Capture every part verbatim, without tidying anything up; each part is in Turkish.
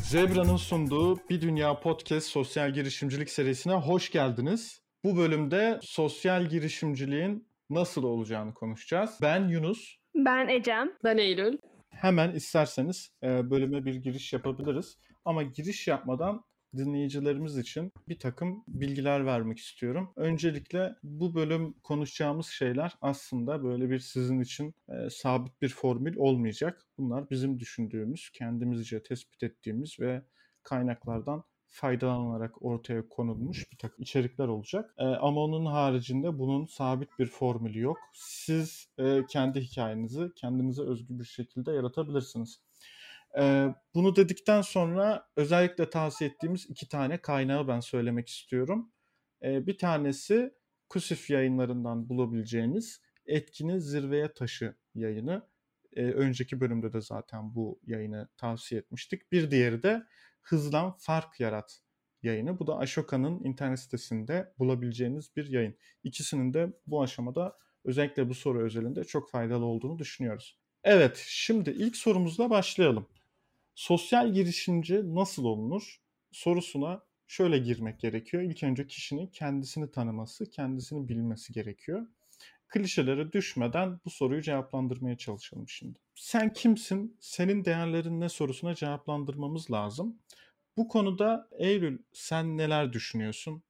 Zebra'nın sunduğu Bir Dünya Podcast sosyal girişimcilik serisine hoş geldiniz. Bu bölümde sosyal girişimciliğin nasıl olacağını konuşacağız. Ben Yunus. Ben Ecem. Ben Eylül. Hemen isterseniz bölüme bir giriş yapabiliriz. Ama giriş yapmadan dinleyicilerimiz için bir takım bilgiler vermek istiyorum. Öncelikle bu bölüm konuşacağımız şeyler aslında böyle bir sizin için e, sabit bir formül olmayacak. Bunlar bizim düşündüğümüz, kendimizce tespit ettiğimiz ve kaynaklardan faydalanarak ortaya konulmuş bir takım içerikler olacak. E, ama onun haricinde bunun sabit bir formülü yok. Siz e, kendi hikayenizi kendinize özgü bir şekilde yaratabilirsiniz. Ee, bunu dedikten sonra özellikle tavsiye ettiğimiz iki tane kaynağı ben söylemek istiyorum. Ee, bir tanesi Kusif yayınlarından bulabileceğiniz Etkini Zirveye Taşı yayını. Ee, önceki bölümde de zaten bu yayını tavsiye etmiştik. Bir diğeri de Hızlan Fark Yarat yayını. Bu da Ashoka'nın internet sitesinde bulabileceğiniz bir yayın. İkisinin de bu aşamada özellikle bu soru özelinde çok faydalı olduğunu düşünüyoruz. Evet, şimdi ilk sorumuzla başlayalım. Sosyal girişimci nasıl olunur sorusuna şöyle girmek gerekiyor. İlk önce kişinin kendisini tanıması, kendisini bilmesi gerekiyor. Klişelere düşmeden bu soruyu cevaplandırmaya çalışalım şimdi. Sen kimsin? Senin değerlerin ne sorusuna cevaplandırmamız lazım. Bu konuda Eylül, sen neler düşünüyorsun?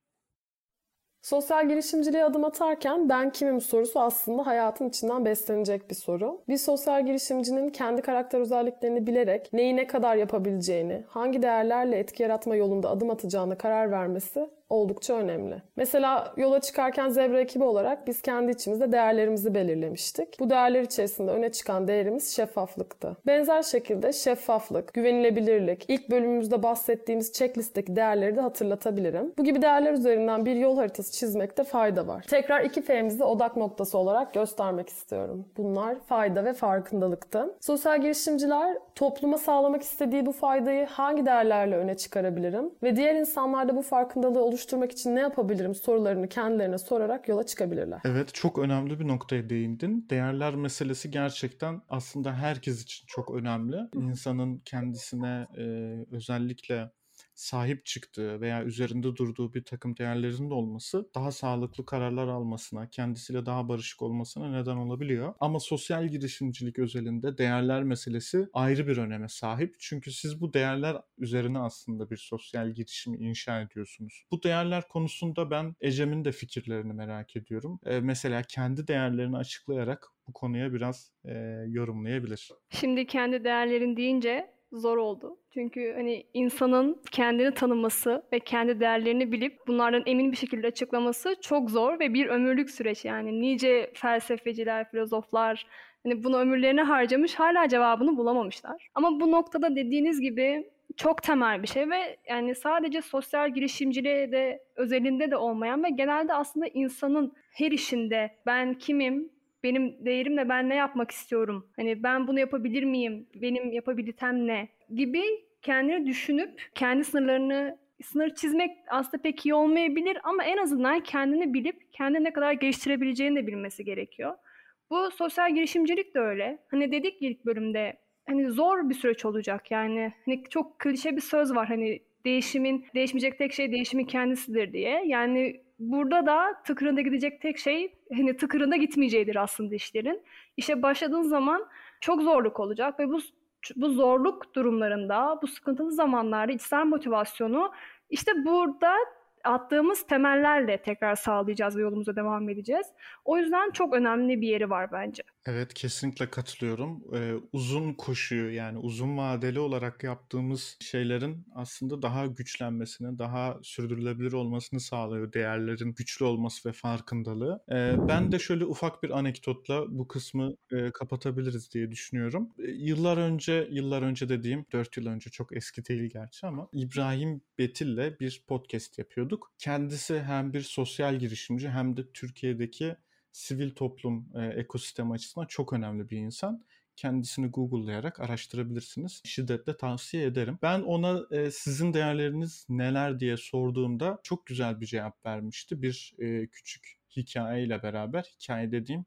Sosyal girişimciliğe adım atarken ben kimim sorusu aslında hayatın içinden beslenecek bir soru. Bir sosyal girişimcinin kendi karakter özelliklerini bilerek neyi ne kadar yapabileceğini, hangi değerlerle etki yaratma yolunda adım atacağına karar vermesi oldukça önemli. Mesela yola çıkarken Zebra ekibi olarak biz kendi içimizde değerlerimizi belirlemiştik. Bu değerler içerisinde öne çıkan değerimiz şeffaflıktı. Benzer şekilde şeffaflık, güvenilebilirlik, ilk bölümümüzde bahsettiğimiz checklist'teki değerleri de hatırlatabilirim. Bu gibi değerler üzerinden bir yol haritası çizmekte fayda var. Tekrar iki F'mizi odak noktası olarak göstermek istiyorum. Bunlar fayda ve farkındalıktı. Sosyal girişimciler topluma sağlamak istediği bu faydayı hangi değerlerle öne çıkarabilirim ve diğer insanlarda bu farkındalığı oluşturmak için ne yapabilirim sorularını kendilerine sorarak yola çıkabilirler. Evet, çok önemli bir noktaya değindin. Değerler meselesi gerçekten aslında herkes için çok önemli. İnsanın kendisine e, özellikle sahip çıktığı veya üzerinde durduğu bir takım değerlerin de olması daha sağlıklı kararlar almasına, kendisiyle daha barışık olmasına neden olabiliyor. Ama sosyal girişimcilik özelinde değerler meselesi ayrı bir öneme sahip. Çünkü siz bu değerler üzerine aslında bir sosyal girişimi inşa ediyorsunuz. Bu değerler konusunda ben Ecem'in de fikirlerini merak ediyorum. Ee, mesela kendi değerlerini açıklayarak bu konuya biraz e, yorumlayabilir. Şimdi kendi değerlerin deyince zor oldu. Çünkü hani insanın kendini tanıması ve kendi değerlerini bilip bunlardan emin bir şekilde açıklaması çok zor ve bir ömürlük süreç yani. Nice felsefeciler, filozoflar hani bunu ömürlerini harcamış hala cevabını bulamamışlar. Ama bu noktada dediğiniz gibi çok temel bir şey ve yani sadece sosyal girişimciliğe de özelinde de olmayan ve genelde aslında insanın her işinde ben kimim, benim değerimle ben ne yapmak istiyorum? Hani ben bunu yapabilir miyim? Benim yapabilitem ne? Gibi kendini düşünüp kendi sınırlarını sınır çizmek aslında pek iyi olmayabilir ama en azından kendini bilip kendini ne kadar geliştirebileceğini de bilmesi gerekiyor. Bu sosyal girişimcilik de öyle. Hani dedik ilk bölümde hani zor bir süreç olacak yani. Hani çok klişe bir söz var hani değişimin değişmeyecek tek şey değişimin kendisidir diye. Yani burada da tıkırında gidecek tek şey hani tıkırında gitmeyeceğidir aslında işlerin. İşe başladığın zaman çok zorluk olacak ve bu bu zorluk durumlarında, bu sıkıntılı zamanlarda içsel motivasyonu işte burada attığımız temellerle tekrar sağlayacağız ve yolumuza devam edeceğiz. O yüzden çok önemli bir yeri var bence. Evet, kesinlikle katılıyorum. Ee, uzun koşuyu yani uzun vadeli olarak yaptığımız şeylerin aslında daha güçlenmesini, daha sürdürülebilir olmasını sağlıyor değerlerin güçlü olması ve farkındalığı. Ee, ben de şöyle ufak bir anekdotla bu kısmı e, kapatabiliriz diye düşünüyorum. Ee, yıllar önce, yıllar önce dediğim dört yıl önce çok eski değil gerçi ama İbrahim Betil'le bir podcast yapıyorduk. Kendisi hem bir sosyal girişimci hem de Türkiye'deki sivil toplum e, ekosistemi açısından çok önemli bir insan. Kendisini Google'layarak araştırabilirsiniz. Şiddetle tavsiye ederim. Ben ona e, sizin değerleriniz neler diye sorduğumda çok güzel bir cevap vermişti. Bir e, küçük hikayeyle beraber, hikaye dediğim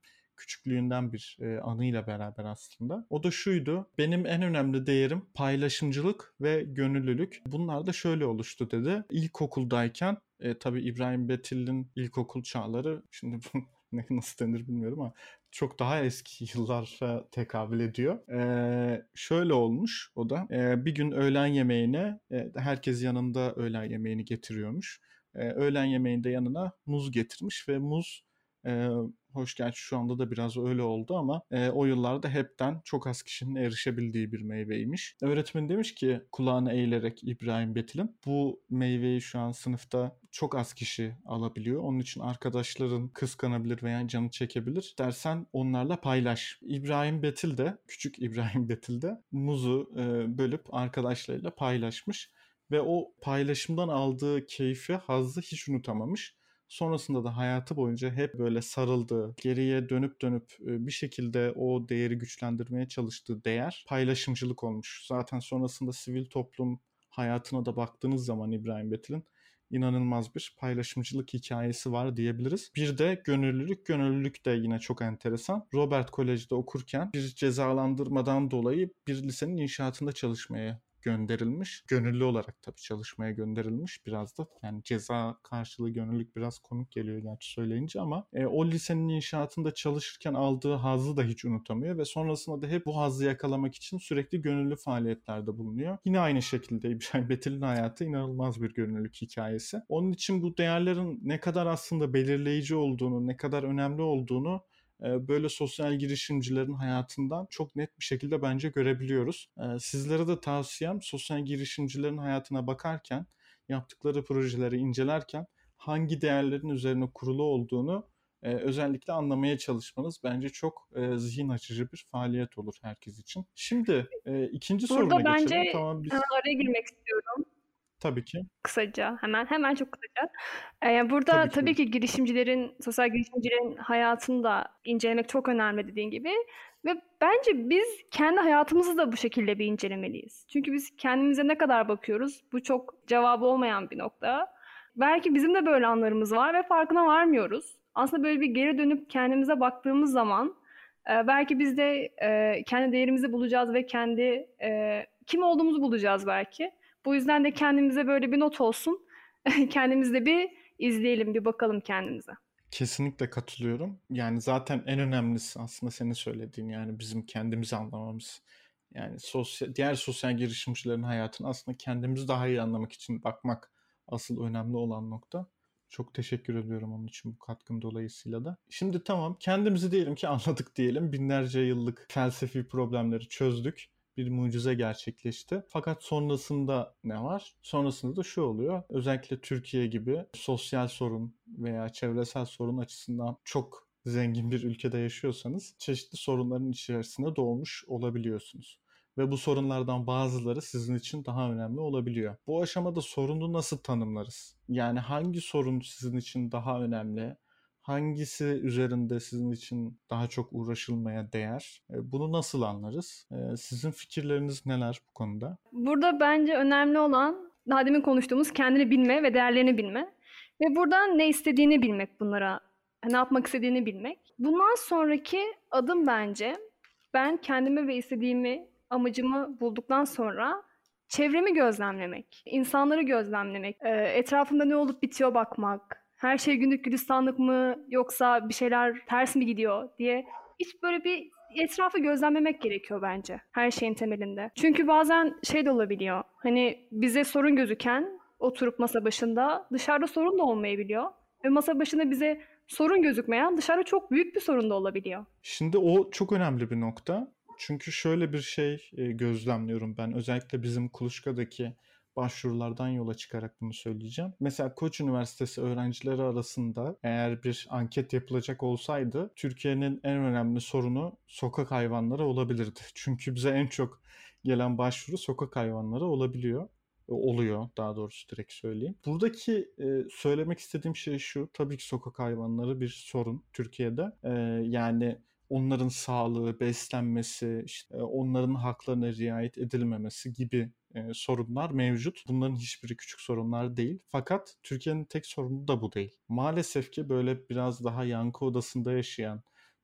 küçüklüğünden bir e, anıyla beraber aslında. O da şuydu: benim en önemli değerim paylaşımcılık ve gönüllülük. Bunlar da şöyle oluştu dedi. İlkokuldayken e, tabii İbrahim Betil'in ilkokul çağları, şimdi bu ne nasıl denir bilmiyorum ama çok daha eski yıllara tekabül ediyor. Ee, şöyle olmuş o da. Ee, bir gün öğlen yemeğine, e, herkes yanında öğlen yemeğini getiriyormuş. Ee, öğlen yemeğinde yanına muz getirmiş ve muz, e, hoş gerçi şu anda da biraz öyle oldu ama e, o yıllarda hepten çok az kişinin erişebildiği bir meyveymiş. Öğretmen demiş ki kulağını eğilerek İbrahim Betil'in, bu meyveyi şu an sınıfta çok az kişi alabiliyor. Onun için arkadaşların kıskanabilir veya canı çekebilir. Dersen onlarla paylaş. İbrahim Betil de, küçük İbrahim Betil de muzu e, bölüp arkadaşlarıyla paylaşmış. Ve o paylaşımdan aldığı keyfi, hazzı hiç unutamamış. Sonrasında da hayatı boyunca hep böyle sarıldığı, geriye dönüp dönüp bir şekilde o değeri güçlendirmeye çalıştığı değer paylaşımcılık olmuş. Zaten sonrasında sivil toplum hayatına da baktığınız zaman İbrahim Betil'in inanılmaz bir paylaşımcılık hikayesi var diyebiliriz. Bir de gönüllülük. Gönüllülük de yine çok enteresan. Robert Kolej'de okurken bir cezalandırmadan dolayı bir lisenin inşaatında çalışmaya gönderilmiş. Gönüllü olarak tabii çalışmaya gönderilmiş biraz da. Yani ceza karşılığı gönüllülük biraz komik geliyor gerçi söyleyince ama e, o lisenin inşaatında çalışırken aldığı hazzı da hiç unutamıyor ve sonrasında da hep bu hazzı yakalamak için sürekli gönüllü faaliyetlerde bulunuyor. Yine aynı şekilde İbrahim Betil'in hayatı inanılmaz bir gönüllülük hikayesi. Onun için bu değerlerin ne kadar aslında belirleyici olduğunu, ne kadar önemli olduğunu böyle sosyal girişimcilerin hayatından çok net bir şekilde bence görebiliyoruz. Sizlere de tavsiyem, sosyal girişimcilerin hayatına bakarken, yaptıkları projeleri incelerken hangi değerlerin üzerine kurulu olduğunu özellikle anlamaya çalışmanız bence çok zihin açıcı bir faaliyet olur herkes için. Şimdi ikinci Burada soruna bence geçelim. Tamam biz... araya girmek istiyorum. Tabii ki. Kısaca, hemen hemen çok kısaca. Ee, burada Tabii ki. tabii ki girişimcilerin, sosyal girişimcilerin hayatını da incelemek çok önemli dediğin gibi. Ve bence biz kendi hayatımızı da bu şekilde bir incelemeliyiz. Çünkü biz kendimize ne kadar bakıyoruz, bu çok cevabı olmayan bir nokta. Belki bizim de böyle anlarımız var ve farkına varmıyoruz. Aslında böyle bir geri dönüp kendimize baktığımız zaman e, belki biz de e, kendi değerimizi bulacağız ve kendi e, kim olduğumuzu bulacağız belki. Bu yüzden de kendimize böyle bir not olsun. Kendimizi de bir izleyelim, bir bakalım kendimize. Kesinlikle katılıyorum. Yani zaten en önemlisi aslında senin söylediğin, yani bizim kendimizi anlamamız. Yani sosyal, diğer sosyal girişimcilerin hayatını aslında kendimizi daha iyi anlamak için bakmak asıl önemli olan nokta. Çok teşekkür ediyorum onun için, bu katkın dolayısıyla da. Şimdi tamam, kendimizi diyelim ki anladık diyelim. Binlerce yıllık felsefi problemleri çözdük. Bir mucize gerçekleşti. Fakat sonrasında ne var? Sonrasında da şu oluyor. Özellikle Türkiye gibi sosyal sorun veya çevresel sorun açısından çok zengin bir ülkede yaşıyorsanız çeşitli sorunların içerisine doğmuş olabiliyorsunuz. Ve bu sorunlardan bazıları sizin için daha önemli olabiliyor. Bu aşamada sorunu nasıl tanımlarız? Yani hangi sorun sizin için daha önemli? Hangisi üzerinde sizin için daha çok uğraşılmaya değer? Bunu nasıl anlarız? Sizin fikirleriniz neler bu konuda? Burada bence önemli olan daha demin konuştuğumuz kendini bilme ve değerlerini bilme. Ve buradan ne istediğini bilmek, bunlara ne yapmak istediğini bilmek. Bundan sonraki adım bence ben kendimi ve istediğimi, amacımı bulduktan sonra çevremi gözlemlemek, insanları gözlemlemek, etrafımda ne olup bitiyor bakmak. Her şey güllük gülistanlık mı yoksa bir şeyler ters mi gidiyor diye hiç böyle bir etrafı gözlemlemek gerekiyor bence her şeyin temelinde. Çünkü bazen şey de olabiliyor. Hani bize sorun gözüken oturup masa başında dışarıda sorun da olmayabiliyor. Ve masa başında bize sorun gözükmeyen dışarıda çok büyük bir sorun da olabiliyor. Şimdi o çok önemli bir nokta. Çünkü şöyle bir şey gözlemliyorum ben. Özellikle bizim Kuluçka'daki başvurulardan yola çıkarak bunu söyleyeceğim. Mesela Koç Üniversitesi öğrencileri arasında eğer bir anket yapılacak olsaydı Türkiye'nin en önemli sorunu sokak hayvanları olabilirdi. Çünkü bize en çok gelen başvuru sokak hayvanları olabiliyor. Oluyor daha doğrusu, direkt söyleyeyim. Buradaki e, söylemek istediğim şey şu. Tabii ki sokak hayvanları bir sorun Türkiye'de. E, yani onların sağlığı, beslenmesi, işte onların haklarına riayet edilmemesi gibi e, sorunlar mevcut. Bunların hiçbiri küçük sorunlar değil. Fakat Türkiye'nin tek sorunu da bu değil. Maalesef ki böyle biraz daha yankı odasında yaşayan,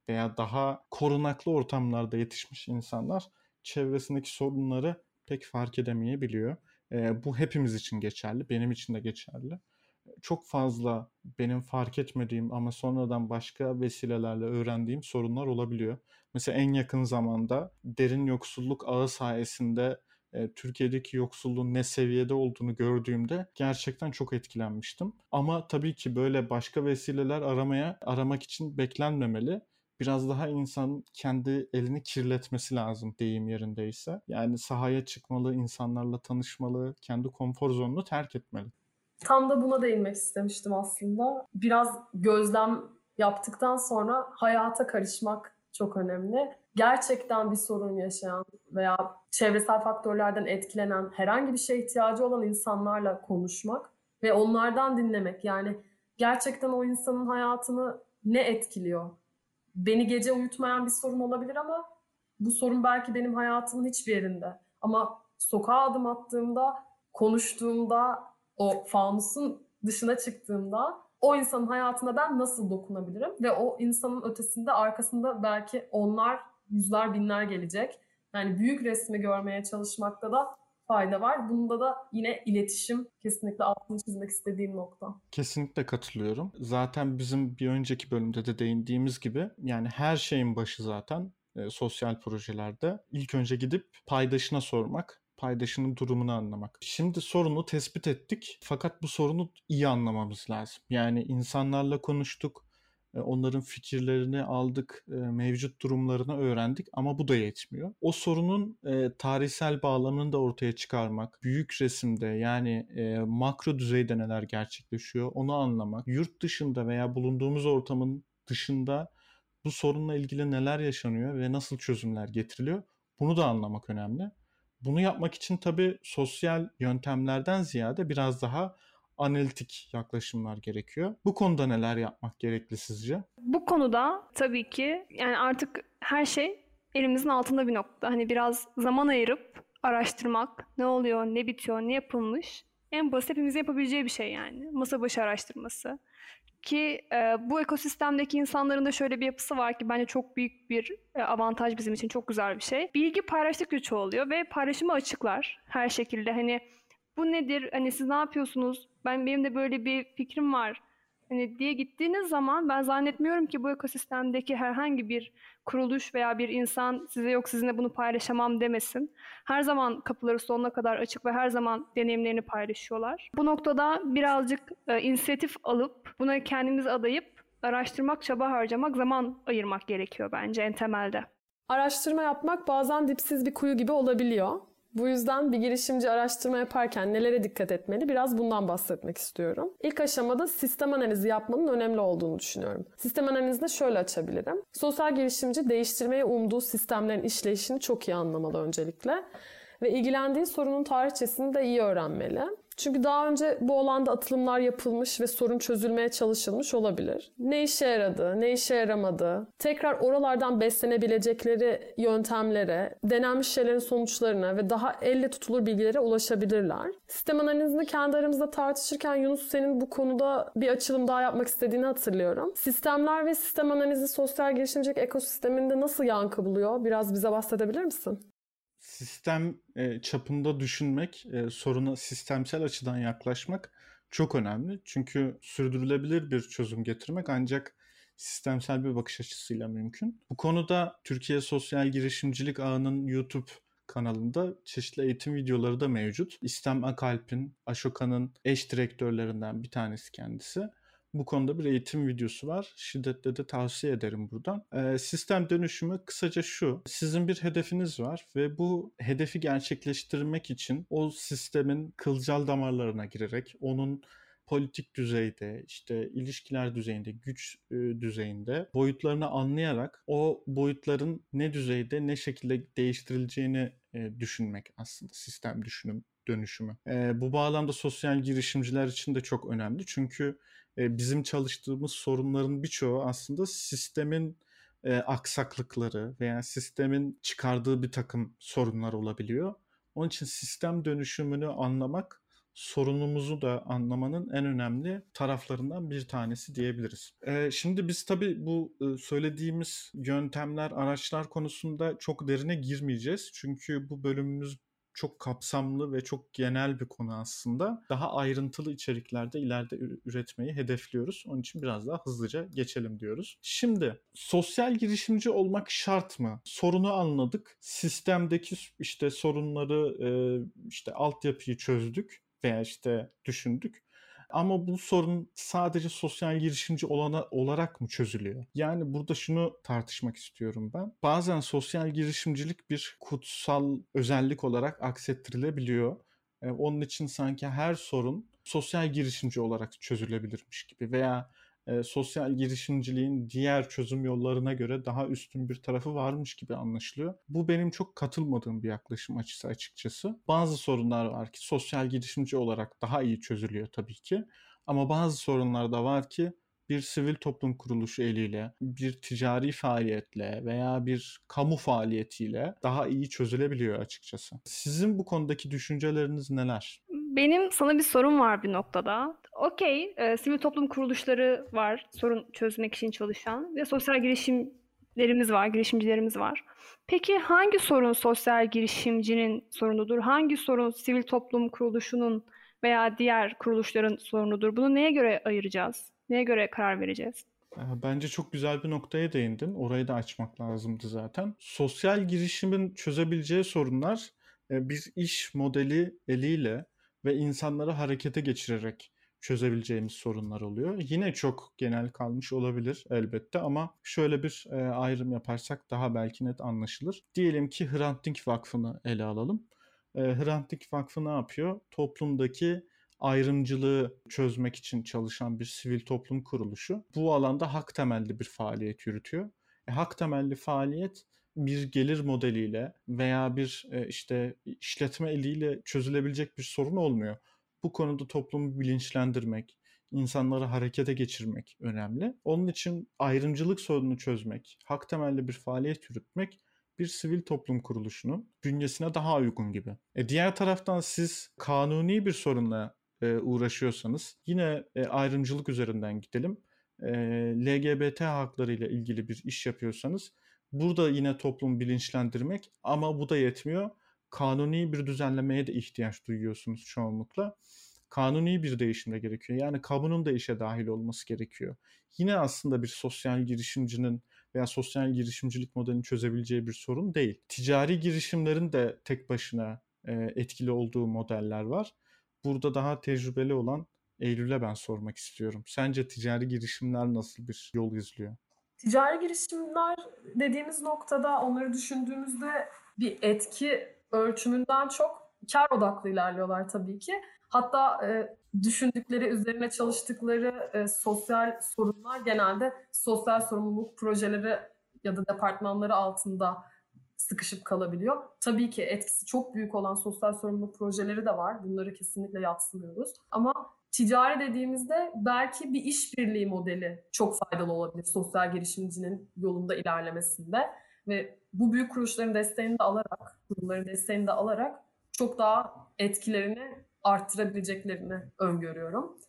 veya daha korunaklı ortamlarda yetişmiş insanlar çevresindeki sorunları pek fark edemeyebiliyor. E, bu hepimiz için geçerli, benim için de geçerli. Çok fazla benim fark etmediğim ama sonradan başka vesilelerle öğrendiğim sorunlar olabiliyor. Mesela en yakın zamanda derin yoksulluk ağı sayesinde e, Türkiye'deki yoksulluğun ne seviyede olduğunu gördüğümde gerçekten çok etkilenmiştim. Ama tabii ki böyle başka vesileler aramaya aramak için beklenmemeli. Biraz daha insan kendi elini kirletmesi lazım deyim yerindeyse. Yani sahaya çıkmalı, insanlarla tanışmalı, kendi konfor zonunu terk etmeli. Tam da buna değinmek istemiştim aslında. Biraz gözlem yaptıktan sonra hayata karışmak çok önemli. Gerçekten bir sorun yaşayan veya çevresel faktörlerden etkilenen, herhangi bir şeye ihtiyacı olan insanlarla konuşmak ve onlardan dinlemek. Yani gerçekten o insanın hayatını ne etkiliyor? Beni gece uyutmayan bir sorun olabilir ama bu sorun belki benim hayatımın hiçbir yerinde. Ama sokağa adım attığımda, konuştuğumda, o fanusun dışına çıktığımda o insanın hayatına ben nasıl dokunabilirim? Ve o insanın ötesinde, arkasında belki onlar, yüzler, binler gelecek. Yani büyük resmi görmeye çalışmakta da fayda var. Bunda da yine iletişim kesinlikle altını çizmek istediğim nokta. Kesinlikle katılıyorum. Zaten bizim bir önceki bölümde de değindiğimiz gibi yani her şeyin başı zaten e, sosyal projelerde ilk önce gidip paydaşına sormak, paydaşının durumunu anlamak. Şimdi sorunu tespit ettik fakat bu sorunu iyi anlamamız lazım. Yani insanlarla konuştuk, e, onların fikirlerini aldık, e, mevcut durumlarını öğrendik ama bu da yetmiyor. O sorunun e, tarihsel bağlamını da ortaya çıkarmak, büyük resimde yani e, makro düzeyde neler gerçekleşiyor onu anlamak, yurt dışında veya bulunduğumuz ortamın dışında bu sorunla ilgili neler yaşanıyor ve nasıl çözümler getiriliyor bunu da anlamak önemli. Bunu yapmak için tabii sosyal yöntemlerden ziyade biraz daha analitik yaklaşımlar gerekiyor. Bu konuda neler yapmak gerekli sizce? Bu konuda tabii ki yani artık her şey elimizin altında bir nokta. Hani biraz zaman ayırıp araştırmak, ne oluyor, ne bitiyor, ne yapılmış. En basit hepimizin yapabileceği bir şey yani. Masa başı araştırması. Ki e, bu ekosistemdeki insanların da şöyle bir yapısı var ki bence çok büyük bir e, avantaj bizim için, çok güzel bir şey. Bilgi paylaştıkça çoğalıyor ve paylaşımı açıklar her şekilde. Hani bu nedir? Hani siz ne yapıyorsunuz? Ben benim de böyle bir fikrim var. Hani diye gittiğiniz zaman ben zannetmiyorum ki bu ekosistemdeki herhangi bir kuruluş veya bir insan size yok sizinle bunu paylaşamam demesin. Her zaman kapıları sonuna kadar açık ve her zaman deneyimlerini paylaşıyorlar. Bu noktada birazcık e, inisiyatif alıp buna kendimiz adayıp araştırmak, çaba harcamak, zaman ayırmak gerekiyor bence en temelde. Araştırma yapmak bazen dipsiz bir kuyu gibi olabiliyor. Bu yüzden bir girişimci araştırma yaparken nelere dikkat etmeli? Biraz bundan bahsetmek istiyorum. İlk aşamada sistem analizi yapmanın önemli olduğunu düşünüyorum. Sistem analizini şöyle açabilirim. Sosyal girişimci değiştirmeyi umduğu sistemlerin işleyişini çok iyi anlamalı öncelikle. Ve ilgilendiği sorunun tarihçesini de iyi öğrenmeli. Çünkü daha önce bu alanda atılımlar yapılmış ve sorun çözülmeye çalışılmış olabilir. Ne işe yaradı, ne işe yaramadı, tekrar oralardan beslenebilecekleri yöntemlere, denenmiş şeylerin sonuçlarına ve daha elle tutulur bilgilere ulaşabilirler. Sistem analizini kendi aramızda tartışırken Yunus senin bu konuda bir açılım daha yapmak istediğini hatırlıyorum. Sistemler ve sistem analizi sosyal girişimcilik ekosisteminde nasıl yankı buluyor? Biraz bize bahsedebilir misin? Sistem e, çapında düşünmek, e, soruna sistemsel açıdan yaklaşmak çok önemli. Çünkü sürdürülebilir bir çözüm getirmek ancak sistemsel bir bakış açısıyla mümkün. Bu konuda Türkiye Sosyal Girişimcilik Ağı'nın YouTube kanalında çeşitli eğitim videoları da mevcut. İstem Akalp'in, Ashoka'nın eş direktörlerinden bir tanesi kendisi. Bu konuda bir eğitim videosu var. Şiddetle de tavsiye ederim buradan. Ee, sistem dönüşümü kısaca şu. Sizin bir hedefiniz var ve bu hedefi gerçekleştirmek için o sistemin kılcal damarlarına girerek onun politik düzeyde, işte ilişkiler düzeyinde, güç e, düzeyinde boyutlarını anlayarak o boyutların ne düzeyde, ne şekilde değiştirileceğini e, düşünmek aslında sistem düşünüm dönüşümü. E, bu bağlamda sosyal girişimciler için de çok önemli. Çünkü e, bizim çalıştığımız sorunların birçoğu aslında sistemin e, aksaklıkları veya sistemin çıkardığı bir takım sorunlar olabiliyor. Onun için sistem dönüşümünü anlamak sorunumuzu da anlamanın en önemli taraflarından bir tanesi diyebiliriz. Ee, şimdi biz tabii bu e, söylediğimiz yöntemler, araçlar konusunda çok derine girmeyeceğiz. Çünkü bu bölümümüz çok kapsamlı ve çok genel bir konu aslında. Daha ayrıntılı içeriklerde ileride üretmeyi hedefliyoruz. Onun için biraz daha hızlıca geçelim diyoruz. Şimdi sosyal girişimci olmak şart mı? Sorunu anladık. Sistemdeki işte sorunları, işte altyapıyı çözdük veya işte düşündük. Ama bu sorun sadece sosyal girişimci olana, olarak mı çözülüyor? Yani burada şunu tartışmak istiyorum ben. Bazen sosyal girişimcilik bir kutsal özellik olarak aksettirilebiliyor. Ee, onun için sanki her sorun sosyal girişimci olarak çözülebilirmiş gibi veya e, sosyal girişimciliğin diğer çözüm yollarına göre daha üstün bir tarafı varmış gibi anlaşılıyor. Bu benim çok katılmadığım bir yaklaşım açısı açıkçası. Bazı sorunlar var ki sosyal girişimci olarak daha iyi çözülüyor tabii ki. Ama bazı sorunlar da var ki bir sivil toplum kuruluşu eliyle, bir ticari faaliyetle veya bir kamu faaliyetiyle daha iyi çözülebiliyor açıkçası. Sizin bu konudaki düşünceleriniz neler? Benim sana bir sorum var bir noktada. Okey, e, sivil toplum kuruluşları var sorun çözmek için çalışan ve sosyal girişimlerimiz var, girişimcilerimiz var. Peki hangi sorun sosyal girişimcinin sorunudur? Hangi sorun sivil toplum kuruluşunun veya diğer kuruluşların sorunudur? Bunu neye göre ayıracağız? Neye göre karar vereceğiz? Bence çok güzel bir noktaya değindin. Orayı da açmak lazımdı zaten. Sosyal girişimin çözebileceği sorunlar bir iş modeli eliyle ve insanları harekete geçirerek çözebileceğimiz sorunlar oluyor. Yine çok genel kalmış olabilir elbette ama şöyle bir ayrım yaparsak daha belki net anlaşılır. Diyelim ki Hrant Dink Vakfı'nı ele alalım. Hrant Dink Vakfı ne yapıyor? Toplumdaki ayrımcılığı çözmek için çalışan bir sivil toplum kuruluşu. Bu alanda hak temelli bir faaliyet yürütüyor. E, hak temelli faaliyet bir gelir modeliyle veya bir e, işte işletme eliyle çözülebilecek bir sorun olmuyor. Bu konuda toplumu bilinçlendirmek, insanları harekete geçirmek önemli. Onun için ayrımcılık sorununu çözmek, hak temelli bir faaliyet yürütmek bir sivil toplum kuruluşunun bünyesine daha uygun gibi. E diğer taraftan siz kanuni bir sorunla e, uğraşıyorsanız yine e, ayrımcılık üzerinden gidelim. E, L G B T hakları ile ilgili bir iş yapıyorsanız burada yine toplumu bilinçlendirmek ama bu da yetmiyor. Kanuni bir düzenlemeye de ihtiyaç duyuyorsunuz çoğunlukla. Kanuni bir değişim de gerekiyor. Yani kamunun da işe dahil olması gerekiyor. Yine aslında bir sosyal girişimcinin veya sosyal girişimcilik modelini çözebileceği bir sorun değil. Ticari girişimlerin de tek başına e, etkili olduğu modeller var. Burada daha tecrübeli olan Eylül'e ben sormak istiyorum. Sence ticari girişimler nasıl bir yol izliyor? Ticari girişimler dediğimiz noktada onları düşündüğümüzde bir etki ölçümünden çok kar odaklı ilerliyorlar tabii ki. Hatta e, düşündükleri, üzerine çalıştıkları e, sosyal sorunlar genelde sosyal sorumluluk projeleri ya da departmanları altında sıkışıp kalabiliyor. Tabii ki etkisi çok büyük olan sosyal sorumluluk projeleri de var. Bunları kesinlikle yadsımıyoruz. Ama ticari dediğimizde belki bir işbirliği modeli çok faydalı olabilir sosyal girişimcinin yolunda ilerlemesinde. Ve bu büyük kuruluşların desteğini de alarak, kurumların desteğini de alarak çok daha etkilerini arttırabileceklerini öngörüyorum.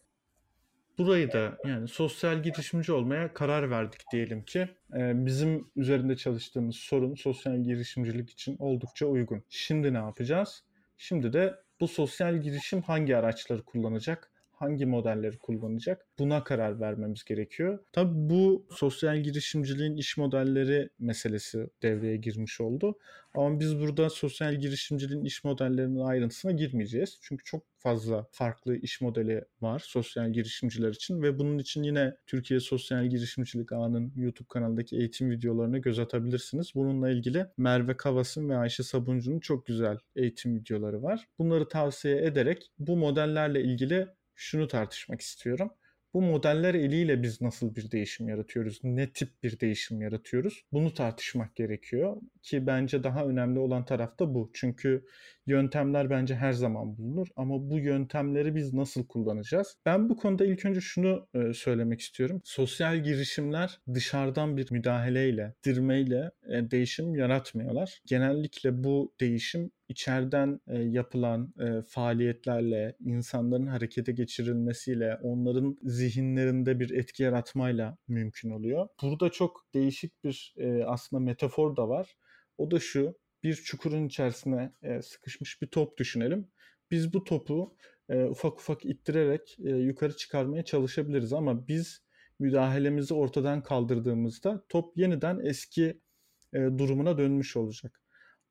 Burayı da yani sosyal girişimci olmaya karar verdik diyelim ki. Ee, bizim üzerinde çalıştığımız sorun sosyal girişimcilik için oldukça uygun. Şimdi ne yapacağız? Şimdi de bu sosyal girişim hangi araçları kullanacak? Hangi modelleri kullanacak? Buna karar vermemiz gerekiyor. Tabii bu sosyal girişimciliğin iş modelleri meselesi devreye girmiş oldu. Ama biz burada sosyal girişimciliğin iş modellerinin ayrıntısına girmeyeceğiz. Çünkü çok fazla farklı iş modeli var sosyal girişimciler için ve bunun için yine Türkiye Sosyal Girişimcilik Ağı'nın YouTube kanalındaki eğitim videolarına göz atabilirsiniz. Bununla ilgili Merve Kavas'ın ve Ayşe Sabuncu'nun çok güzel eğitim videoları var. Bunları tavsiye ederek bu modellerle ilgili şunu tartışmak istiyorum. Bu modeller eliyle biz nasıl bir değişim yaratıyoruz? Ne tip bir değişim yaratıyoruz? Bunu tartışmak gerekiyor ki bence daha önemli olan taraf da bu. Çünkü yöntemler bence her zaman bulunur ama bu yöntemleri biz nasıl kullanacağız? Ben bu konuda ilk önce şunu söylemek istiyorum. Sosyal girişimler dışarıdan bir müdahaleyle, dirmeyle değişim yaratmıyorlar. Genellikle bu değişim içeriden e, yapılan e, faaliyetlerle, insanların harekete geçirilmesiyle, onların zihinlerinde bir etki yaratmayla mümkün oluyor. Burada çok değişik bir e, aslında metafor da var. O da şu: bir çukurun içerisine e, sıkışmış bir top düşünelim. Biz bu topu e, ufak ufak ittirerek e, yukarı çıkarmaya çalışabiliriz ama biz müdahalemizi ortadan kaldırdığımızda top yeniden eski e, durumuna dönmüş olacak.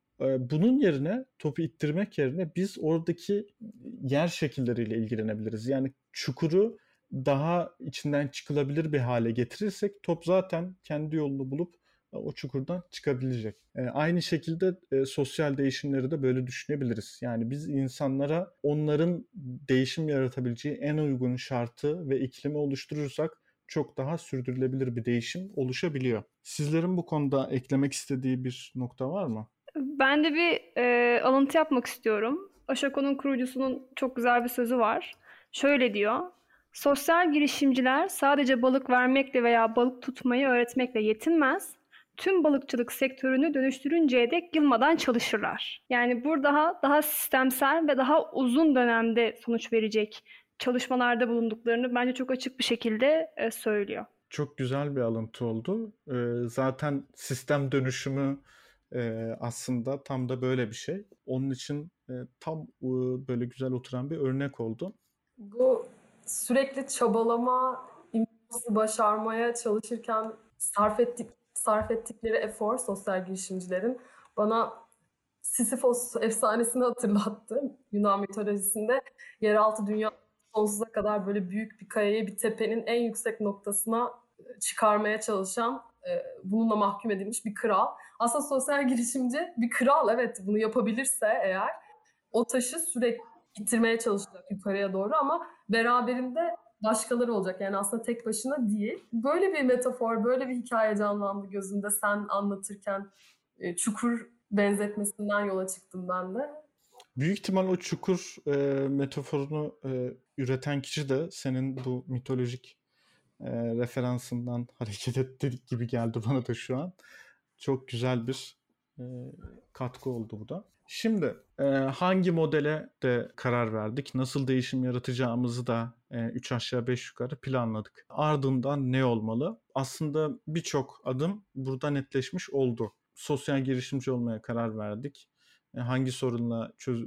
E, bunun yerine, topu ittirmek yerine biz oradaki yer şekilleriyle ilgilenebiliriz. Yani çukuru daha içinden çıkılabilir bir hale getirirsek top zaten kendi yolunu bulup e, o çukurdan çıkabilecek. E, aynı şekilde e, sosyal değişimleri de böyle düşünebiliriz. Yani biz insanlara onların değişim yaratabileceği en uygun şartı ve iklimi oluşturursak çok daha sürdürülebilir bir değişim oluşabiliyor. Sizlerin bu konuda eklemek istediği bir nokta var mı? Ben de bir e, alıntı yapmak istiyorum. Ashoko'nun kurucusunun çok güzel bir sözü var. Şöyle diyor: sosyal girişimciler sadece balık vermekle veya balık tutmayı öğretmekle yetinmez, tüm balıkçılık sektörünü dönüştürünceye dek yılmadan çalışırlar. Yani burada daha, daha sistemsel ve daha uzun dönemde sonuç verecek çalışmalarda bulunduklarını bence çok açık bir şekilde e, söylüyor. Çok güzel bir alıntı oldu. Ee, zaten sistem dönüşümü e, aslında tam da böyle bir şey. Onun için e, tam e, böyle güzel oturan bir örnek oldu. Bu sürekli çabalama, imkansızı başarmaya çalışırken sarf ettik, sarf ettikleri efor sosyal girişimcilerin bana Sisyphos efsanesini hatırlattı. Yunan mitolojisinde yeraltı dünya sonsuza kadar böyle büyük bir kayayı bir tepenin en yüksek noktasına çıkarmaya çalışan, bununla mahkum edilmiş bir kral. Aslında sosyal girişimci bir kral, evet, bunu yapabilirse eğer o taşı sürekli ittirmeye çalışacak yukarıya doğru ama beraberinde başkaları olacak. Yani aslında tek başına değil. Böyle bir metafor, böyle bir hikaye canlandı gözümde sen anlatırken. Çukur benzetmesinden yola çıktım ben de. Büyük ihtimal o çukur e, metaforunu e, üreten kişi de senin bu mitolojik e, referansından hareket etti gibi geldi bana da şu an. Çok güzel bir e, katkı oldu bu da. Şimdi e, hangi modele de karar verdik, nasıl değişim yaratacağımızı da üç aşağı beş yukarı planladık. Ardından ne olmalı? Aslında birçok adım burada netleşmiş oldu. Sosyal girişimci olmaya karar verdik. Hangi sorunla çöz,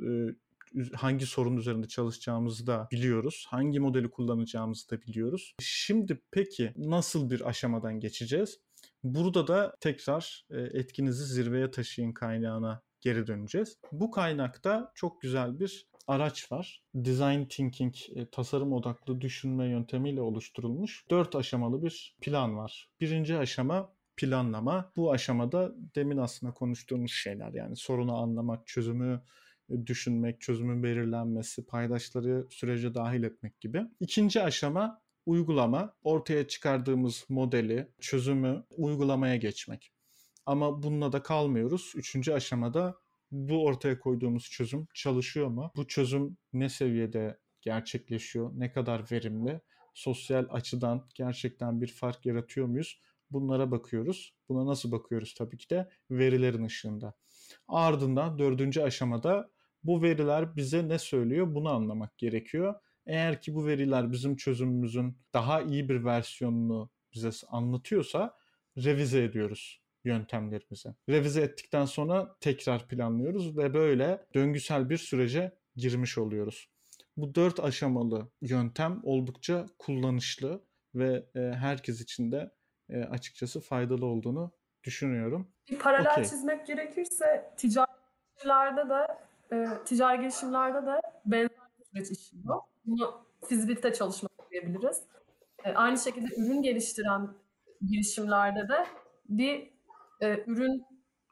hangi sorun üzerinde çalışacağımızı da biliyoruz. Hangi modeli kullanacağımızı da biliyoruz. Şimdi peki nasıl bir aşamadan geçeceğiz? Burada da tekrar etkinizi zirveye taşıyın kaynağına geri döneceğiz. Bu kaynakta çok güzel bir araç var. Design Thinking, tasarım odaklı düşünme yöntemiyle oluşturulmuş dört aşamalı bir plan var. Birinci aşama planlama. Bu aşamada demin aslında konuştuğumuz şeyler, yani sorunu anlamak, çözümü düşünmek, çözümün belirlenmesi, paydaşları sürece dahil etmek gibi. İkinci aşama uygulama. Ortaya çıkardığımız modeli, çözümü uygulamaya geçmek. Ama bununla da kalmıyoruz. Üçüncü aşamada bu ortaya koyduğumuz çözüm çalışıyor mu? Bu çözüm ne seviyede gerçekleşiyor? Ne kadar verimli? Sosyal açıdan gerçekten bir fark yaratıyor muyuz? Bunlara bakıyoruz. Buna nasıl bakıyoruz? Tabii ki de verilerin ışığında. Ardından dördüncü aşamada bu veriler bize ne söylüyor? Bunu anlamak gerekiyor. Eğer ki bu veriler bizim çözümümüzün daha iyi bir versiyonunu bize anlatıyorsa revize ediyoruz yöntemlerimizi. Revize ettikten sonra tekrar planlıyoruz ve böyle döngüsel bir sürece girmiş oluyoruz. Bu dört aşamalı yöntem oldukça kullanışlı ve herkes için de açıkçası faydalı olduğunu düşünüyorum. Bir paralel okay. çizmek gerekirse ticaretlerde de e, ticari girişimlerde de benzer bir süreç işliyor. Bunu fizibilite çalışması diyebiliriz. E, aynı şekilde ürün geliştiren girişimlerde de bir e, ürün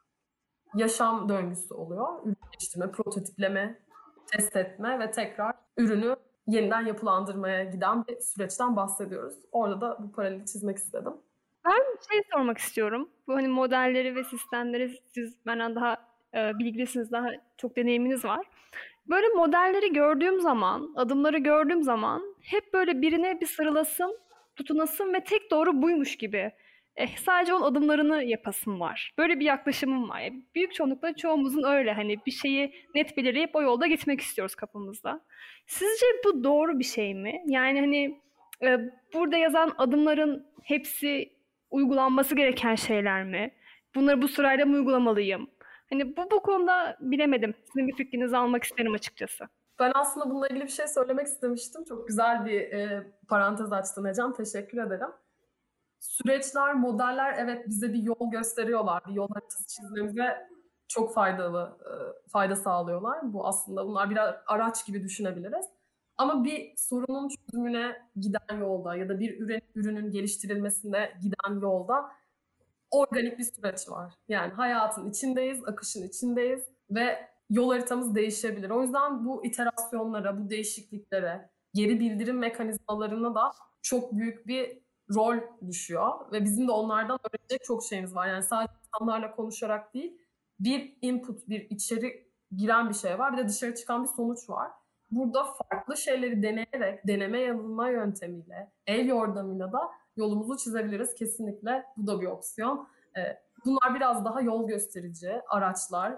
yaşam döngüsü oluyor. Ürün geliştirme, prototipleme, test etme ve tekrar ürünü yeniden yapılandırmaya giden bir süreçten bahsediyoruz. Orada da bu paraleli çizmek istedim. Ben bir şey sormak istiyorum. Bu hani modelleri ve sistemleri siz benden daha e, bilgilisiniz, daha çok deneyiminiz var. Böyle modelleri gördüğüm zaman, adımları gördüğüm zaman hep böyle birine bir sarılasım, tutunasım ve tek doğru buymuş gibi Eh, sadece onun adımlarını yapasım var. Böyle bir yaklaşımım var. Yani büyük çoğunlukla çoğumuzun öyle hani bir şeyi net belirleyip o yolda gitmek istiyoruz kafamızda. Sizce bu doğru bir şey mi? Yani hani e, burada yazan adımların hepsi uygulanması gereken şeyler mi? Bunları bu sırayla mı uygulamalıyım? Hani bu bu konuda bilemedim. Sizin bir fikrinizi almak isterim açıkçası. Ben aslında bununla ilgili bir şey söylemek istemiştim. Çok güzel bir e, parantez açtın Ecem. Teşekkür ederim. Süreçler, modeller evet bize bir yol gösteriyorlar. Bir yol haritası çizmemize çok faydalı, e, fayda sağlıyorlar. Bu aslında bunlar birer araç gibi düşünebiliriz. Ama bir sorunun çözümüne giden yolda ya da bir ürün, ürünün geliştirilmesine giden yolda organik bir süreç var. Yani hayatın içindeyiz, akışın içindeyiz ve yol haritamız değişebilir. O yüzden bu iterasyonlara, bu değişikliklere, geri bildirim mekanizmalarına da çok büyük bir rol düşüyor. Ve bizim de onlardan öğrenecek çok şeyimiz var. Yani sadece insanlarla konuşarak değil, bir input, bir içeri giren bir şey var. Bir de dışarı çıkan bir sonuç var. Burada farklı şeyleri deneyerek, deneme yanılma yöntemiyle, el yordamıyla da yolumuzu çizebiliriz. Kesinlikle bu da bir opsiyon. Bunlar biraz daha yol gösterici araçlar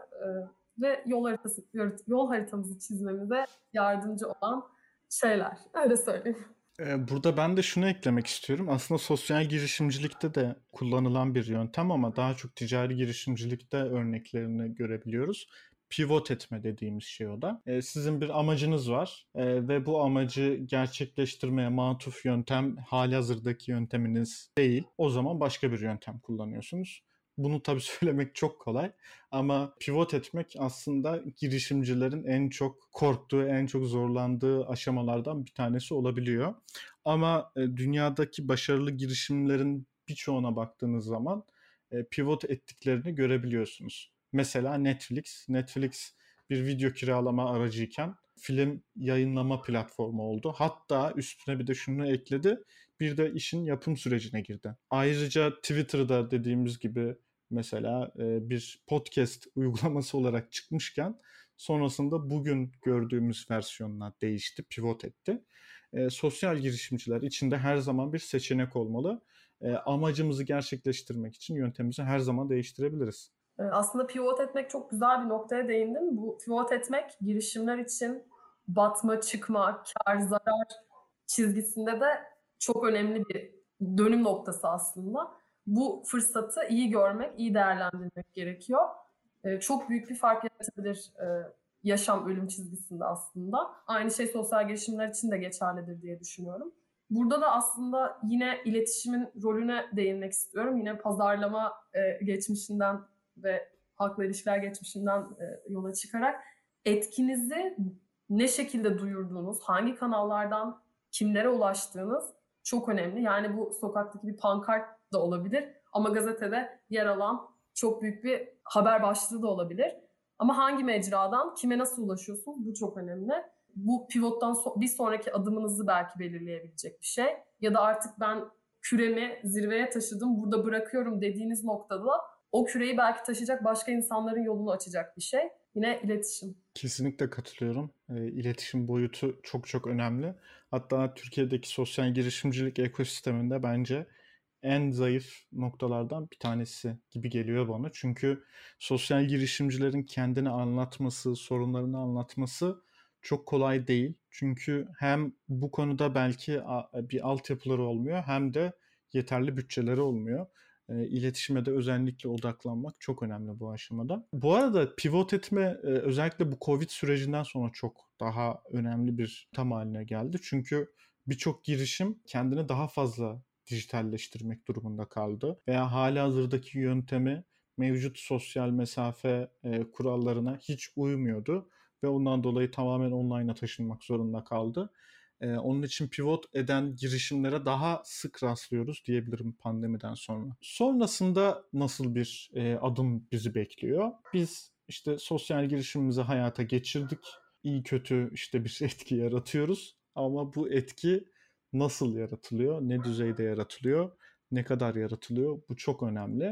ve yol haritası, yol haritamızı çizmemize yardımcı olan şeyler. Öyle söyleyeyim. Burada ben de şunu eklemek istiyorum. Aslında sosyal girişimcilikte de kullanılan bir yöntem ama daha çok ticari girişimcilikte örneklerini görebiliyoruz. Pivot etme dediğimiz şey o da. Sizin bir amacınız var ve bu amacı gerçekleştirmeye matuf yöntem halihazırdaki yönteminiz değil. O zaman başka bir yöntem kullanıyorsunuz. Bunu tabii söylemek çok kolay ama pivot etmek aslında girişimcilerin en çok korktuğu, en çok zorlandığı aşamalardan bir tanesi olabiliyor. Ama dünyadaki başarılı girişimlerin birçoğuna baktığınız zaman pivot ettiklerini görebiliyorsunuz. Mesela Netflix. Netflix bir video kiralama aracıyken film yayınlama platformu oldu. Hatta üstüne bir de şunu ekledi. Bir de işin yapım sürecine girdi. Ayrıca Twitter'da dediğimiz gibi mesela bir podcast uygulaması olarak çıkmışken sonrasında bugün gördüğümüz versiyonuna değişti, pivot etti. E, sosyal girişimciler için de her zaman bir seçenek olmalı. E, amacımızı gerçekleştirmek için yöntemimizi her zaman değiştirebiliriz. Aslında pivot etmek çok güzel bir noktaya değindin. Bu pivot etmek girişimler için batma, çıkma, kar, zarar çizgisinde de çok önemli bir dönüm noktası aslında. Bu fırsatı iyi görmek, iyi değerlendirmek gerekiyor. Çok büyük bir fark yaratabilir yaşam ölüm çizgisinde aslında. Aynı şey sosyal girişimler için de geçerlidir diye düşünüyorum. Burada da aslında yine iletişimin rolüne değinmek istiyorum. Yine pazarlama geçmişinden ve halkla ilişkiler geçmişinden yola çıkarak etkinizi ne şekilde duyurduğunuz, hangi kanallardan kimlere ulaştığınız çok önemli. Yani bu sokaktaki bir pankart da olabilir ama gazetede yer alan çok büyük bir haber başlığı da olabilir. Ama hangi mecradan, kime nasıl ulaşıyorsunuz bu çok önemli. Bu pivottan so- bir sonraki adımınızı belki belirleyebilecek bir şey. Ya da artık ben küremi zirveye taşıdım, burada bırakıyorum dediğiniz noktada o küreyi belki taşıyacak başka insanların yolunu açacak bir şey. Yine iletişim. Kesinlikle katılıyorum. E, iletişim boyutu çok çok önemli. Hatta Türkiye'deki sosyal girişimcilik ekosisteminde bence en zayıf noktalardan bir tanesi gibi geliyor bana. Çünkü sosyal girişimcilerin kendini anlatması, sorunlarını anlatması çok kolay değil. Çünkü hem bu konuda belki bir altyapıları olmuyor hem de yeterli bütçeleri olmuyor. İletişime de özellikle odaklanmak çok önemli bu aşamada. Bu arada pivot etme özellikle bu Covid sürecinden sonra çok daha önemli bir tam haline geldi. Çünkü birçok girişim kendini daha fazla dijitalleştirmek durumunda kaldı. Veya halihazırdaki yöntemi mevcut sosyal mesafe e, kurallarına hiç uymuyordu. Ve ondan dolayı tamamen online'a taşınmak zorunda kaldı. E, onun için pivot eden girişimlere daha sık rastlıyoruz diyebilirim pandemiden sonra. Sonrasında nasıl bir e, adım bizi bekliyor? Biz işte sosyal girişimimizi hayata geçirdik. İyi kötü işte bir etki yaratıyoruz. Ama bu etki nasıl yaratılıyor, ne düzeyde yaratılıyor, ne kadar yaratılıyor bu çok önemli.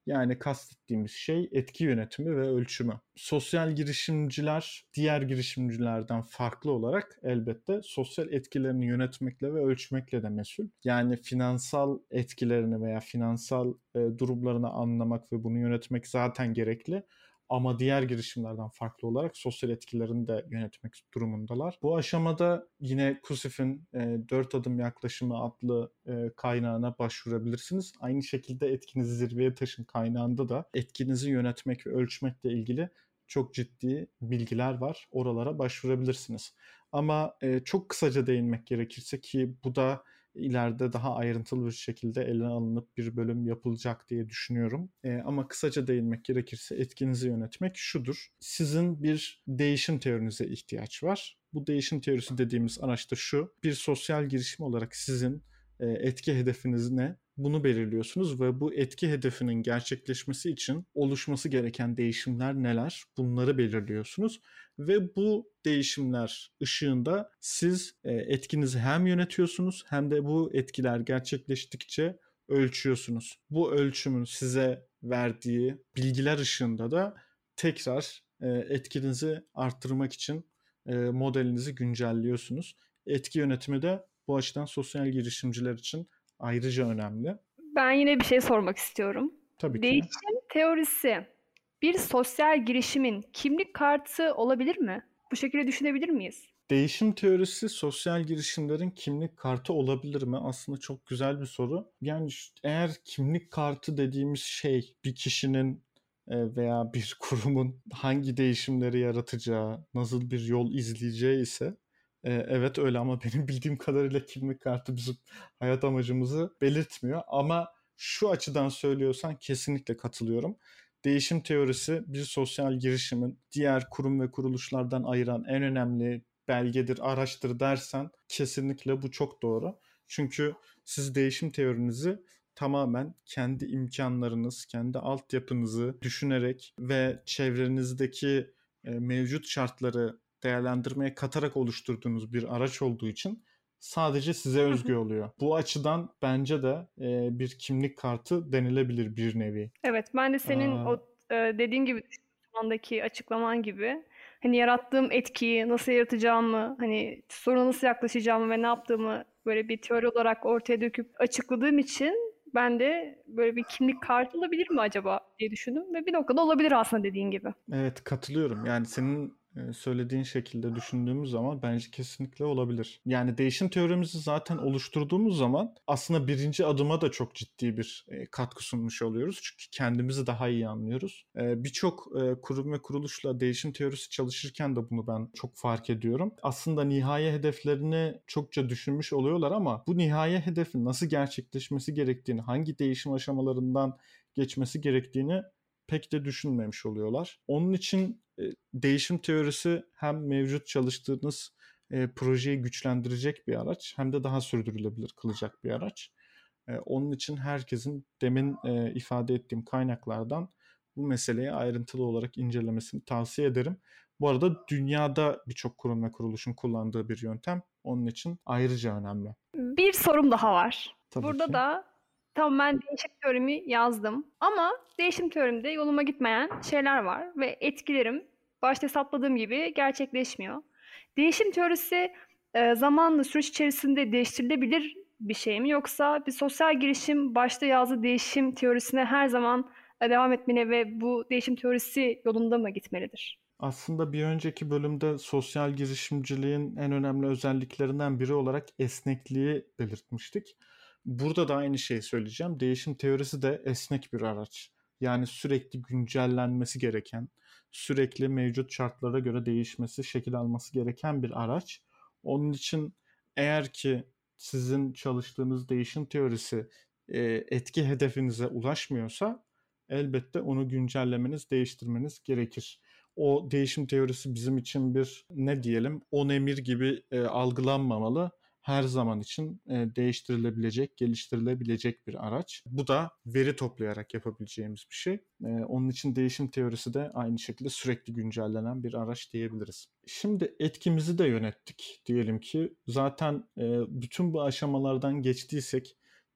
Yani kastettiğimiz şey etki yönetimi ve ölçümü. Sosyal girişimciler diğer girişimcilerden farklı olarak elbette sosyal etkilerini yönetmekle ve ölçmekle de mesul. Yani finansal etkilerini veya finansal e, durumlarını anlamak ve bunu yönetmek zaten gerekli. Ama diğer girişimlerden farklı olarak sosyal etkilerini de yönetmek durumundalar. Bu aşamada yine KUSİF'in e, dört adım yaklaşımı adlı e, kaynağına başvurabilirsiniz. Aynı şekilde etkinizi zirveye taşın kaynağında da etkinizi yönetmek ve ölçmekle ilgili çok ciddi bilgiler var. Oralara başvurabilirsiniz. Ama e, çok kısaca değinmek gerekirse ki bu da ileride daha ayrıntılı bir şekilde ele alınıp bir bölüm yapılacak diye düşünüyorum. E, ama kısaca değinmek gerekirse etkinizi yönetmek şudur. Sizin bir değişim teorinize ihtiyaç var. Bu değişim teorisi dediğimiz araç da şu. Bir sosyal girişim olarak sizin e, etki hedefiniz ne? Bunu belirliyorsunuz ve bu etki hedefinin gerçekleşmesi için oluşması gereken değişimler neler? Bunları belirliyorsunuz. Ve bu değişimler ışığında siz etkinizi hem yönetiyorsunuz hem de bu etkiler gerçekleştikçe ölçüyorsunuz. Bu ölçümün size verdiği bilgiler ışığında da tekrar etkinizi arttırmak için modelinizi güncelliyorsunuz. Etki yönetimi de bu açıdan sosyal girişimciler için ayrıca önemli. Ben yine bir şey sormak istiyorum. Tabii ki. Değişim teorisi bir sosyal girişimin kimlik kartı olabilir mi? Bu şekilde düşünebilir miyiz? Değişim teorisi sosyal girişimlerin kimlik kartı olabilir mi? Aslında çok güzel bir soru. Yani eğer kimlik kartı dediğimiz şey bir kişinin veya bir kurumun hangi değişimleri yaratacağı, nasıl bir yol izleyeceği ise evet öyle, ama benim bildiğim kadarıyla kimlik kartı bizim hayat amacımızı belirtmiyor. Ama şu açıdan söylüyorsan kesinlikle katılıyorum. Değişim teorisi bir sosyal girişimin diğer kurum ve kuruluşlardan ayıran en önemli belgedir, araçtır dersen kesinlikle bu çok doğru. Çünkü siz değişim teorinizi tamamen kendi imkanlarınız, kendi altyapınızı düşünerek ve çevrenizdeki mevcut şartları değerlendirmeye katarak oluşturduğunuz bir araç olduğu için sadece size özgü oluyor. Bu açıdan bence de e, bir kimlik kartı denilebilir bir nevi. Evet, ben de senin Aa. o e, dediğin gibi şu andaki açıklaman gibi hani yarattığım etkiyi nasıl yaratacağımı, hani soruna nasıl yaklaşacağımı ve ne yaptığımı böyle bir teori olarak ortaya döküp açıkladığım için ben de böyle bir kimlik kartı olabilir mi acaba diye düşündüm ve bir noktada olabilir aslında dediğin gibi. Evet, katılıyorum. Yani senin söylediğin şekilde düşündüğümüz zaman bence kesinlikle olabilir. Yani değişim teorimizi zaten oluşturduğumuz zaman aslında birinci adıma da çok ciddi bir katkı sunmuş oluyoruz. Çünkü kendimizi daha iyi anlıyoruz. Birçok kurum ve kuruluşla değişim teorisi çalışırken de bunu ben çok fark ediyorum. Aslında nihai hedeflerini çokça düşünmüş oluyorlar ama bu nihai hedefin nasıl gerçekleşmesi gerektiğini, hangi değişim aşamalarından geçmesi gerektiğini pek de düşünmemiş oluyorlar. Onun için e, değişim teorisi hem mevcut çalıştığınız e, projeyi güçlendirecek bir araç hem de daha sürdürülebilir kılacak bir araç. E, onun için herkesin demin e, ifade ettiğim kaynaklardan bu meseleyi ayrıntılı olarak incelemesini tavsiye ederim. Bu arada dünyada birçok kurum ve kuruluşun kullandığı bir yöntem. Onun için ayrıca önemli. Bir sorum daha var. Tabii Burada ki. da tamam, ben değişim teorimi yazdım ama değişim teorimde yoluma gitmeyen şeyler var ve etkilerim başta hesapladığım gibi gerçekleşmiyor. Değişim teorisi e, zamanla süreç içerisinde değiştirilebilir bir şey mi, yoksa bir sosyal girişim başta yazdığı değişim teorisine her zaman e, devam etmeli ve bu değişim teorisi yolunda mı gitmelidir? Aslında bir önceki bölümde sosyal girişimciliğin en önemli özelliklerinden biri olarak esnekliği belirtmiştik. Burada da aynı şeyi söyleyeceğim. Değişim teorisi de esnek bir araç. Yani sürekli güncellenmesi gereken, sürekli mevcut şartlara göre değişmesi, şekil alması gereken bir araç. Onun için eğer ki sizin çalıştığınız değişim teorisi e, etki hedefinize ulaşmıyorsa elbette onu güncellemeniz, değiştirmeniz gerekir. O değişim teorisi bizim için bir ne diyelim on emir gibi e, algılanmamalı. Her zaman için e, değiştirilebilecek, geliştirilebilecek bir araç. Bu da veri toplayarak yapabileceğimiz bir şey. E, onun için değişim teorisi de aynı şekilde sürekli güncellenen bir araç diyebiliriz. Şimdi etkimizi de yönettik diyelim ki. Zaten e, bütün bu aşamalardan geçtiysek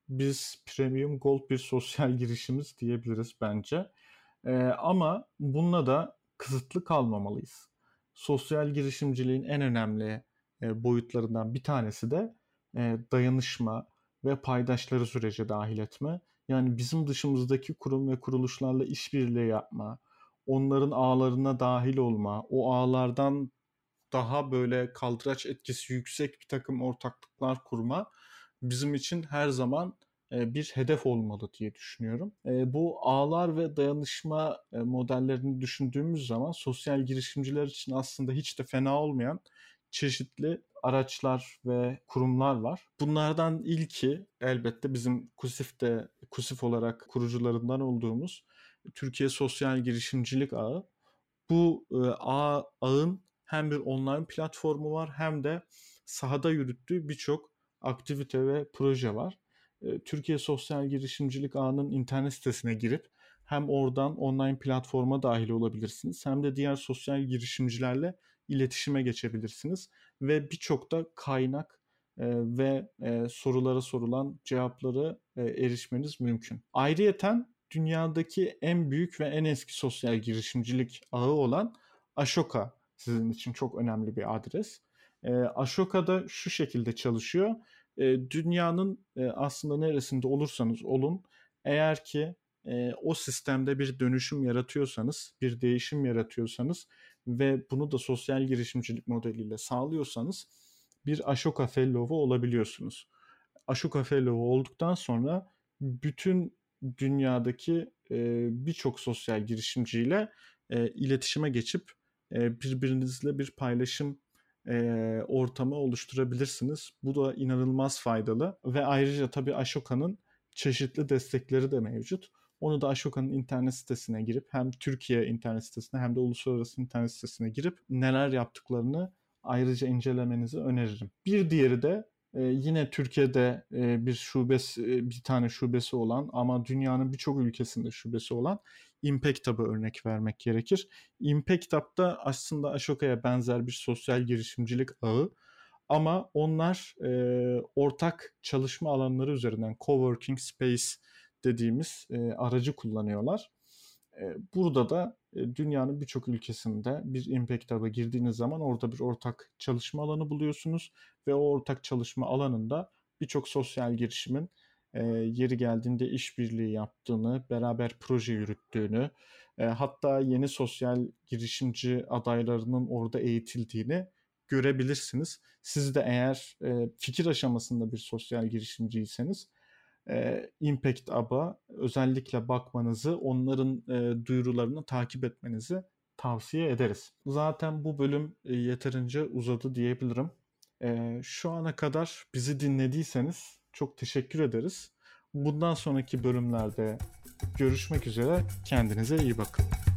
biz premium gold bir sosyal girişimiz diyebiliriz bence. Ee, ama bununla da kısıtlı kalmamalıyız. Sosyal girişimciliğin en önemli e, boyutlarından bir tanesi de e, dayanışma ve paydaşları sürece dahil etme. Yani bizim dışımızdaki kurum ve kuruluşlarla işbirliği yapma, onların ağlarına dahil olma, o ağlardan daha böyle kaldıraç etkisi yüksek bir takım ortaklıklar kurma bizim için her zaman e, bir hedef olmalı diye düşünüyorum. E, Bu ağlar ve dayanışma e, modellerini düşündüğümüz zaman sosyal girişimciler için aslında hiç de fena olmayan çeşitli araçlar ve kurumlar var. Bunlardan ilki elbette bizim KUSİF'te, KUSİF olarak kurucularından olduğumuz Türkiye Sosyal Girişimcilik Ağı. Bu e, ağ, ağın hem bir online platformu var hem de sahada yürüttüğü birçok aktivite ve proje var. E, Türkiye Sosyal Girişimcilik Ağı'nın internet sitesine girip hem oradan online platforma dahil olabilirsiniz hem de diğer sosyal girişimcilerle iletişime geçebilirsiniz ve birçok da kaynak e, ve e, sorulara sorulan cevapları e, erişmeniz mümkün. Ayrıyeten dünyadaki en büyük ve en eski sosyal girişimcilik ağı olan Ashoka sizin için çok önemli bir adres. E, Ashoka da şu şekilde çalışıyor. E, dünyanın e, aslında neresinde olursanız olun, eğer ki e, o sistemde bir dönüşüm yaratıyorsanız, bir değişim yaratıyorsanız ve bunu da sosyal girişimcilik modeliyle sağlıyorsanız bir Ashoka Fellow'u olabiliyorsunuz. Ashoka Fellow olduktan sonra bütün dünyadaki e, birçok sosyal girişimciyle e, iletişime geçip e, birbirinizle bir paylaşım e, ortamı oluşturabilirsiniz. Bu da inanılmaz faydalı ve ayrıca tabii Ashoka'nın çeşitli destekleri de mevcut. Onu da Ashoka'nın internet sitesine girip hem Türkiye internet sitesine hem de uluslararası internet sitesine girip neler yaptıklarını ayrıca incelemenizi öneririm. Bir diğeri de e, yine Türkiye'de e, bir şubesi, e, bir tane şubesi olan ama dünyanın birçok ülkesinde şubesi olan Impact Hub'a örnek vermek gerekir. Impact Hub da aslında Ashoka'ya benzer bir sosyal girişimcilik ağı ama onlar e, ortak çalışma alanları üzerinden coworking space dediğimiz e, aracı kullanıyorlar. E, burada da e, dünyanın birçok ülkesinde bir Impact Hub'a girdiğiniz zaman orada bir ortak çalışma alanı buluyorsunuz ve o ortak çalışma alanında birçok sosyal girişimin e, yeri geldiğinde işbirliği yaptığını, beraber proje yürüttüğünü, e, hatta yeni sosyal girişimci adaylarının orada eğitildiğini görebilirsiniz. Siz de eğer e, fikir aşamasında bir sosyal girişimciyseniz e, Impact Hub'a özellikle bakmanızı, onların e, duyurularını takip etmenizi tavsiye ederiz. Zaten bu bölüm e, yeterince uzadı diyebilirim. E, şu ana kadar bizi dinlediyseniz çok teşekkür ederiz. Bundan sonraki bölümlerde görüşmek üzere. Kendinize iyi bakın.